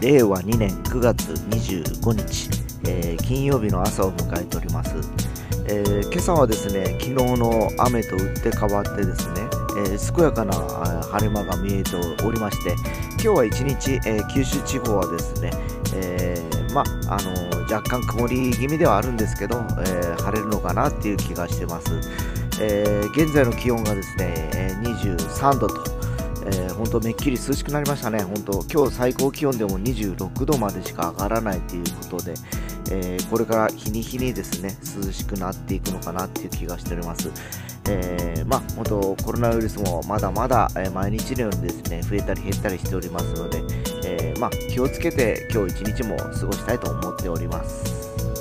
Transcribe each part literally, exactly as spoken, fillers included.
れいわにねんくがつにじゅうごにち、えー金曜日の朝を迎えております。えー今朝はですね、昨日の雨と打って変わってですね、えー健やかなあ晴れ間が見えておりまして、今日は一日、えー九州地方はですね、えーまあの若干曇り気味ではあるんですけど、えー晴れるのかなっていう気がしてます。えー現在の気温がですね、えーにじゅうさんどと、えー、本当めっきり涼しくなりましたね。本当今日最高気温でもにじゅうろくどまでしか上がらないということで、えーこれから日に日にですね涼しくなっていくのかなっていう気がしております。えーまあ本当コロナウイルスもまだまだ、えー毎日のようにですね増えたり減ったりしておりますので、えーまあ気をつけて今日一日も過ごしたいと思っております。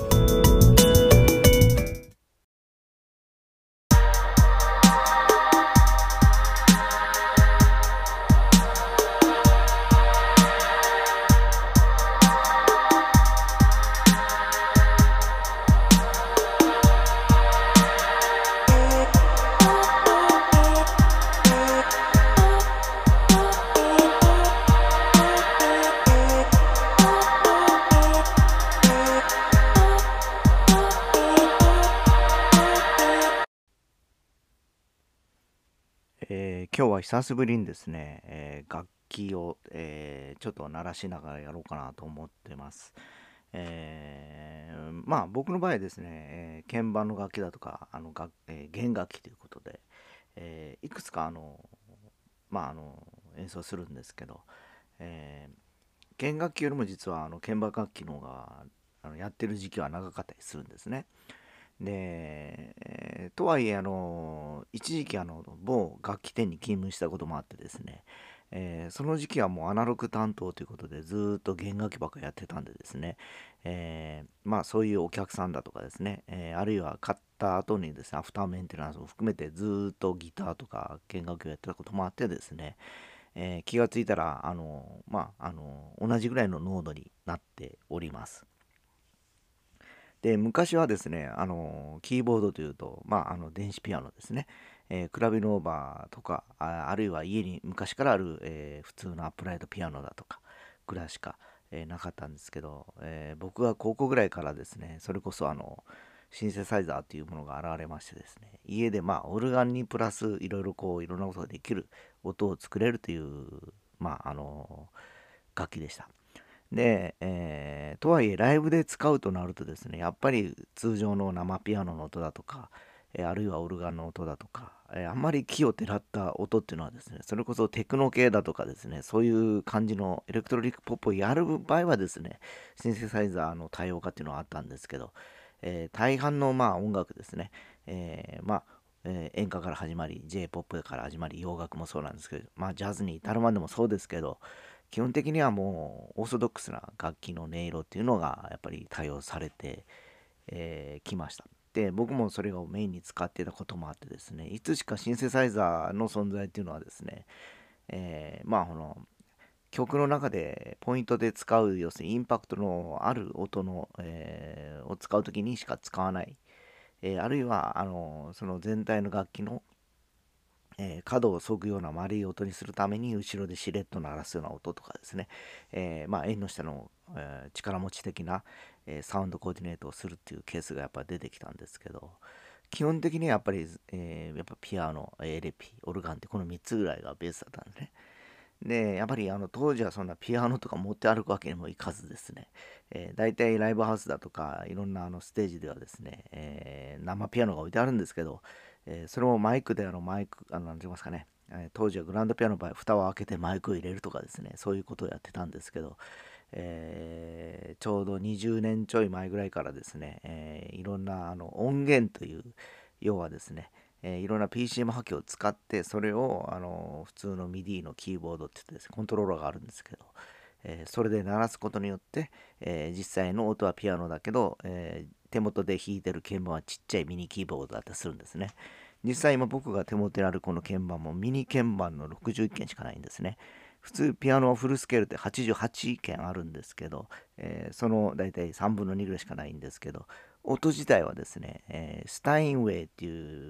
えー今日は久しぶりにですね、えー楽器を、えーちょっと鳴らしながらやろうかなと思ってます。えーまあ僕の場合ですね、えー鍵盤の楽器だとかあの楽、えー弦楽器ということで、えーいくつかあの、まあ、あの演奏するんですけど、えー弦楽器よりも実はあの鍵盤楽器の方があのやってる時期は長かったりするんですね。で、えーとはいえあの一時期あの某楽器店に勤務したこともあってですね、えーその時期はもうアナログ担当ということでずーっと弦楽器ばっかやってたんでですね、えーまあそういうお客さんだとかですね、えーあるいは買った後にですねアフターメンテナンスを含めてずーっとギターとか弦楽器をやってたこともあってですね、えー気がついたらあのまああの同じぐらいの濃度になっております。で、昔はですね、あの、キーボードというと、まあ、あの、電子ピアノですね。えークラビノーバーとか、あ、あるいは家に昔からある、えー普通のアップライトピアノだとか、ぐらいしか、えーなかったんですけど、えー僕が高校ぐらいからですね、それこそあの、シンセサイザーというものが現れましてですね、家でまあ、オルガンにプラスいろいろこう、いろんなことができる音を作れるという、まあ、あの、楽器でした。で、えーとはいえライブで使うとなるとですね、やっぱり通常の生ピアノの音だとか、えーあるいはオルガンの音だとか、えーあんまり木をてらった音っていうのはですね、それこそテクノ系だとかですね、そういう感じのエレクトロニックポップをやる場合はですね、シンセサイザーの多様化っていうのはあったんですけど、えー大半のまあ音楽ですね、えーまあえー演歌から始まり J-ポップ から始まり洋楽もそうなんですけど、まあジャズに至るまでもそうですけど、基本的にはもうオーソドックスな楽器の音色っていうのがやっぱり多用されてき、えー来ました。で、僕もそれをメインに使っていたこともあってですね、いつしかシンセサイザーの存在っていうのはですね、えーまあこの曲の中でポイントで使う、要するにインパクトのある音の、えーを使う時にしか使わない、えーあるいはあのその全体の楽器のえー角を削ぐような丸い音にするために後ろでしれっと鳴らすような音とかですね、えーまあ、縁の下の、えー力持ち的な、えーサウンドコーディネートをするっていうケースがやっぱ出てきたんですけど、基本的にはやっぱり、えーやっぱピアノ、エレピ、オルガンってこのみっつぐらいがベースだったんですね。で、やっぱりあの当時はそんなピアノとか持って歩くわけにもいかずですね、えー、大体ライブハウスだとかいろんなあのステージではですね、えー生ピアノが置いてあるんですけど、えーそれもマイクであのマイク、あの、なんて言いますかね、えー当時はグランドピアノの場合、蓋を開けてマイクを入れるとかですね、そういうことをやってたんですけど、えーちょうどにじゅうねんちょい前ぐらいからですね、えーいろんなあの音源という、要はですね、えーいろんな ピーシーエム 波形を使ってそれをあの普通の ミディ のキーボードって言ってですねコントローラーがあるんですけど、えーそれで鳴らすことによって、えー実際の音はピアノだけど、えー手元で弾いてる鍵盤はちっちゃいミニキーボードだったりするんですね。実際今僕が手元にあるこの鍵盤もミニ鍵盤のろくじゅういっけんしかないんですね。普通ピアノフルスケールってはちじゅうはちけんあるんですけど、えーその大体さんぶんのにぐらいしかないんですけど、音自体はですね、えースタインウェイっていう、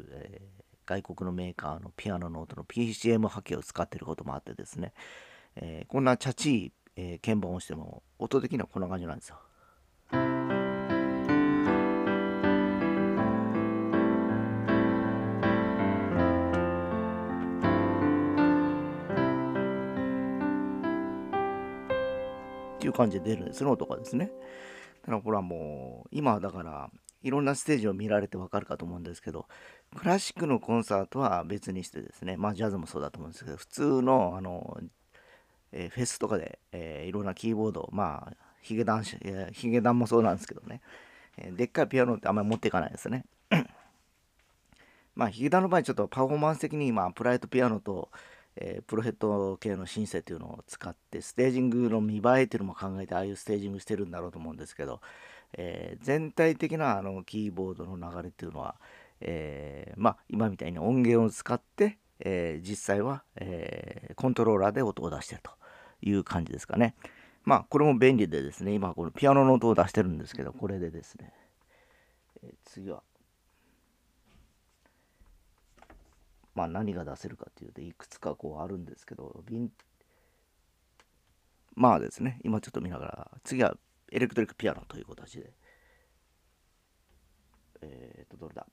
えー外国のメーカーのピアノの音の ピーシーエム 波形を使っていることもあってですね、えーこんなチャチいえー鍵盤を押しても音的にはこんな感じなんですよ。っていう感じで出るんですの音がですね。だからこれはもう今だからいろんなステージを見られてわかるかと思うんですけど、クラシックのコンサートは別にしてですね、まあジャズもそうだと思うんですけど、普通のあの、えーフェスとかで、えーいろんなキーボード、まあヒゲダンし、えーヒゲダンもそうなんですけどね、えーでっかいピアノってあんまり持っていかないですね。まあヒゲダンの場合ちょっとパフォーマンス的に今プライトピアノと、えープロヘッド系のシンセっていうのを使ってステージングの見栄えっていうのも考えてああいうステージングしてるんだろうと思うんですけど、えー全体的なあのキーボードの流れっていうのは、えーまあ今みたいに音源を使って、えー実際は、えーコントローラーで音を出してるという感じですかね。まあこれも便利でですね、今このピアノの音を出してるんですけど、これでですね、えー次はまあ何が出せるかっていうといくつかこうあるんですけど、まあですね、今ちょっと見ながら、次はエレクトリックピアノという形で、えっと、どれだ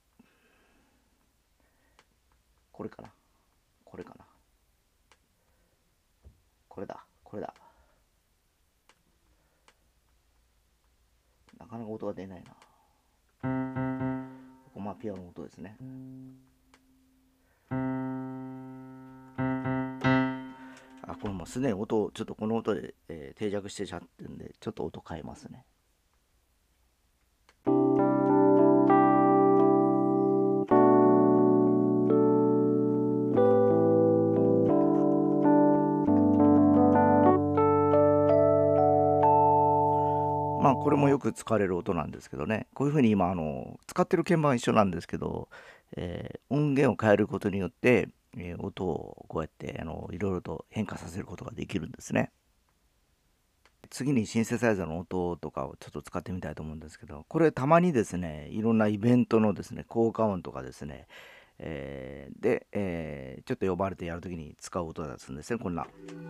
これかなこれかなこれだこれだなかなか音が出ないな。ここまあピアノの音ですね。あ、これもうすでに音、ちょっとこの音で、えー定着してちゃってるんで、ちょっと音変えますね。まあこれもよく使われる音なんですけどね、こういうふうに今あの使ってる鍵盤は一緒なんですけど、えー音源を変えることによって、えー音をこうやってあのいろいろと変化させることができるんですね。次にシンセサイザーの音とかをちょっと使ってみたいと思うんですけど、これたまにですね、いろんなイベントのですね、効果音とかですね、えーで、えーちょっと呼ばれてやるときに使う音だするんですね、こんな。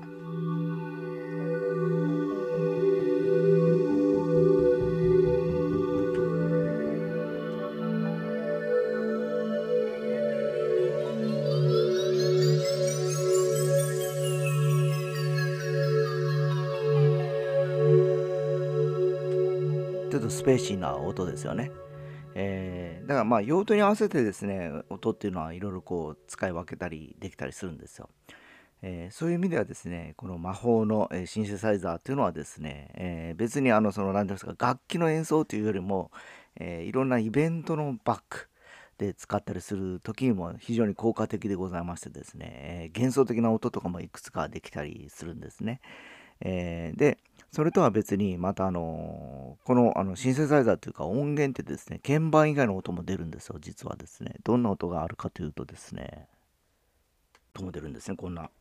ちょっとスペーシーな音ですよね。えーだからまあ用途に合わせてですね、音っていうのはいろいろこう使い分けたりできたりするんですよ。えーそういう意味ではですね、この魔法の、えーシンセサイザーっていうのはですね、えー別にあのその何ていうんですか、楽器の演奏というよりも、えーいろんなイベントのバックで使ったりする時にも非常に効果的でございましてですね、えー幻想的な音とかもいくつかできたりするんですね。えーで、それとは別にまたあのーこのあのシンセサイザーというか音源ってですね、鍵盤以外の音も出るんですよ、実はですね。どんな音があるかというとですね、音も出るんですね、こんな。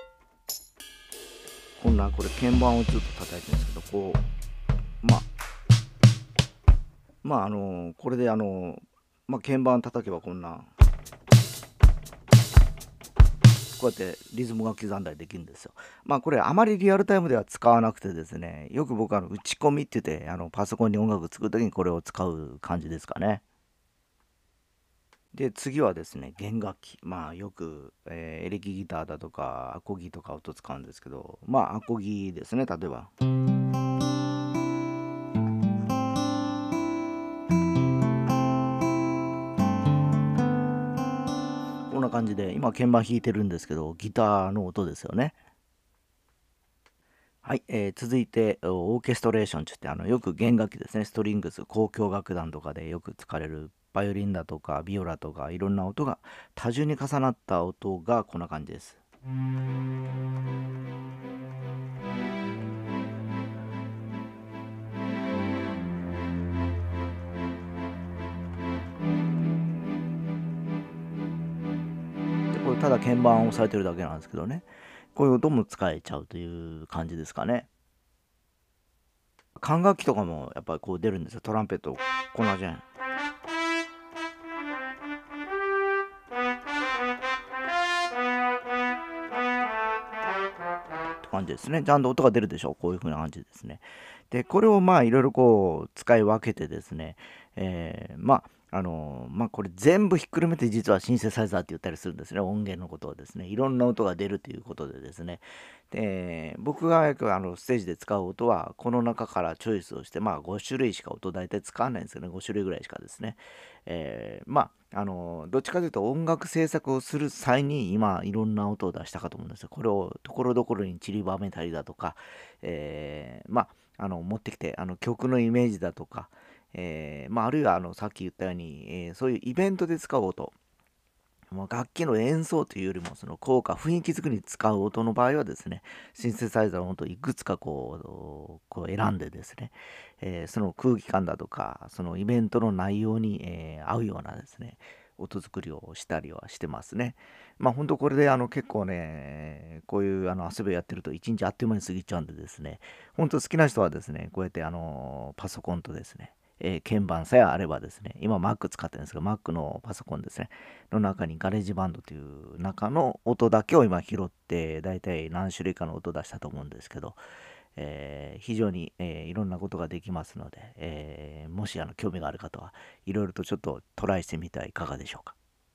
こんなこれ鍵盤をずっと叩いてるんですけど、こうまあまああのこれであのまあ鍵盤叩けばこんなこうやってリズムが刻んだりできるんですよ。まあこれあまりリアルタイムでは使わなくてですね、よく僕あの打ち込みって言ってあのパソコンに音楽作るときにこれを使う感じですかね。で次はですね、弦楽器。まあよく、えーエレキギターだとかアコギとか音使うんですけど、まあアコギですね、例えば。こんな感じで、今鍵盤弾いてるんですけど、ギターの音ですよね。はい、えー続いて、オーケストレーションって言って、あのよく弦楽器ですね、ストリングス、交響楽団とかでよく使われる、バイオリンだとか、ビオラとか、いろんな音が、多重に重なった音がこんな感じです。で、これただ鍵盤を押さえてるだけなんですけどね、こういう音も使えちゃうという感じですかね。管楽器とかもやっぱりこう出るんですよ、トランペット、こんなじゃん。と感じですね。ちゃんと音が出るでしょう。こういう風な感じですね。で、これをまあいろいろこう使い分けてですね、えーまああのまあこれ全部ひっくるめて実はシンセサイザーって言ったりするんですね。音源のことをですね。いろんな音が出るということでですね。で、僕がよくあのステージで使う音はこの中からチョイスをして、まあご種類しか音大体使わないんですけどね。ご種類ぐらいしかですね。えーまああのどっちかというと音楽制作をする際に今いろんな音を出したかと思うんですよ。これをところどころに散りばめたりだとか、えーまああの持ってきてあの曲のイメージだとか、えーまあ、あるいはあのさっき言ったように、えーそういうイベントで使う音、もう楽器の演奏というよりもその効果雰囲気作りに使う音の場合はですね、シンセサイザーの音をいくつかこうこう選んでですね、えーその空気感だとかそのイベントの内容に、えー合うようなですね音作りをしたりはしてますね。まあ本当これであの結構ね、こういうあの遊びをやってると一日あっという間に過ぎちゃうんでですね、本当好きな人はですね、こうやってあのパソコンとですね、えー鍵盤さえあればですね、今 Mac 使ってるんですけど、Mac のパソコンですね、の中にガレージバンドという中の音だけを今拾って、だいたい何種類かの音出したと思うんですけど、えー非常に、えーいろんなことができますので、えーもしあの興味がある方はいろいろとちょっとトライしてみてはいかがでしょうか。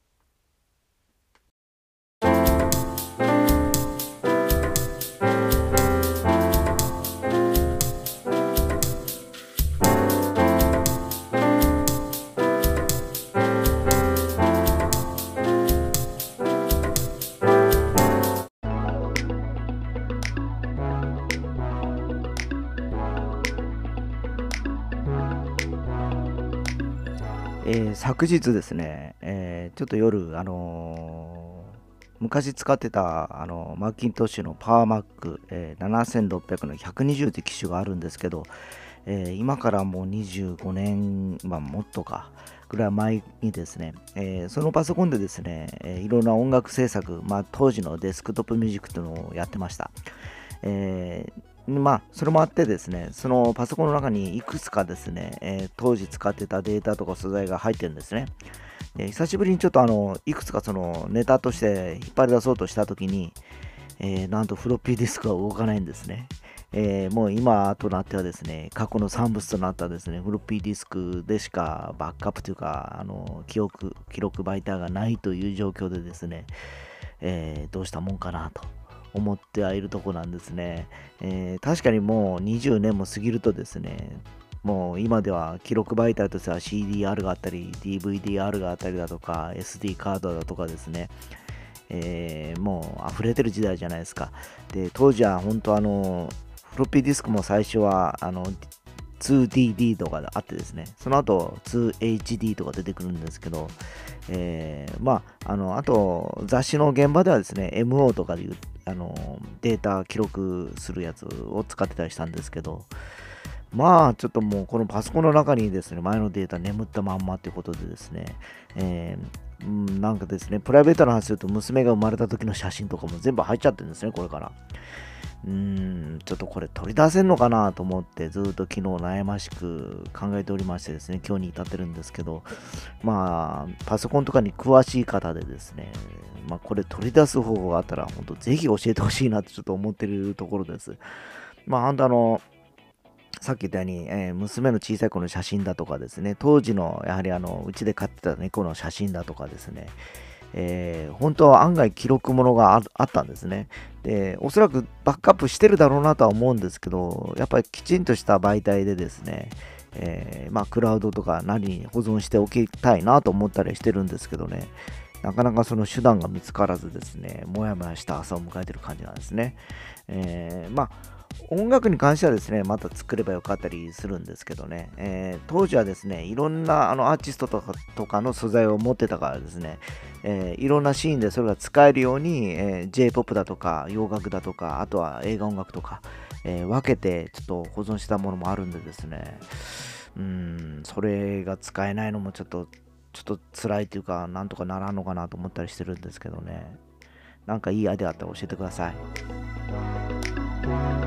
えー昨日ですね、えーちょっと夜、あのー昔使ってた、あのマッキントッシュのパワーマック、えーななせんろっぴゃくのひゃくにじゅうという機種があるんですけど、えー今からもうにじゅうごねん、まあ、もっとかぐらい前にですね、えーそのパソコンでですね、えーいろんな音楽制作、まあ、当時のデスクトップミュージックというのをやってました。えーまあ、それもあってですね、そのパソコンの中にいくつかですね、えー当時使ってたデータとか素材が入ってるんですね。で久しぶりにちょっとあの、いくつかそのネタとして引っ張り出そうとしたときに、えーなんとフロッピーディスクが動かないんですね。えーもう今となってはですね、過去の産物となったですね、フロッピーディスクでしかバックアップというか、あの記憶、記録媒体がないという状況でですね、えーどうしたもんかなと思ってはいるとこなんですね。えー確かにもうにじゅうねんも過ぎるとですね、もう今では記録媒体としては シーディーアール があったり、ディーブイディーアール があったりだとか、エスディー カードだとかですね、えーもう溢れてる時代じゃないですか。で、当時は本当あの、フロッピーディスクも最初はあの ツーディーディー とかあってですね、その後 ツーエイチディー とか出てくるんですけど、えーまあ、あの、あと雑誌の現場ではですね、エムオー とかでいうあのデータ記録するやつを使ってたりしたんですけど、まあ、ちょっともうこのパソコンの中にですね、前のデータ眠ったまんまということでですね、えーうん、なんかですね、プライベートな話すると娘が生まれた時の写真とかも全部入っちゃってるんですね、これから。うーん、ちょっとこれ取り出せんのかなと思ってずっと昨日悩ましく考えておりましてですね、今日に至ってるんですけど、まあ、パソコンとかに詳しい方でですね、まあ、これ取り出す方法があったら、本当ぜひ教えてほしいなってちょっと思ってるところです。まあ、本当あの、さっき言ったように、えー娘の小さい子の写真だとかですね、当時のやはりあのうちで飼ってた猫の写真だとかですね、えー本当は案外記録ものがああったんですね。で、おそらくバックアップしてるだろうなとは思うんですけど、やっぱりきちんとした媒体でですね、えーまあ、クラウドとか何に保存しておきたいなと思ったりしてるんですけどね、なかなかその手段が見つからずですね、もやもやした朝を迎えてる感じなんですね。えーまあ音楽に関してはですね、また作ればよかったりするんですけどね、えー当時はですね、いろんなあのアーティストとかとかの素材を持ってたからですね、えーいろんなシーンでそれが使えるように、えー ジェイポップ だとか洋楽だとか、あとは映画音楽とか、えー分けてちょっと保存したものもあるんでですね、うーん、それが使えないのもちょっと、ちょっと辛いというか、なんとかならんのかなと思ったりしてるんですけどね、なんかいいアイデアあったら教えてください。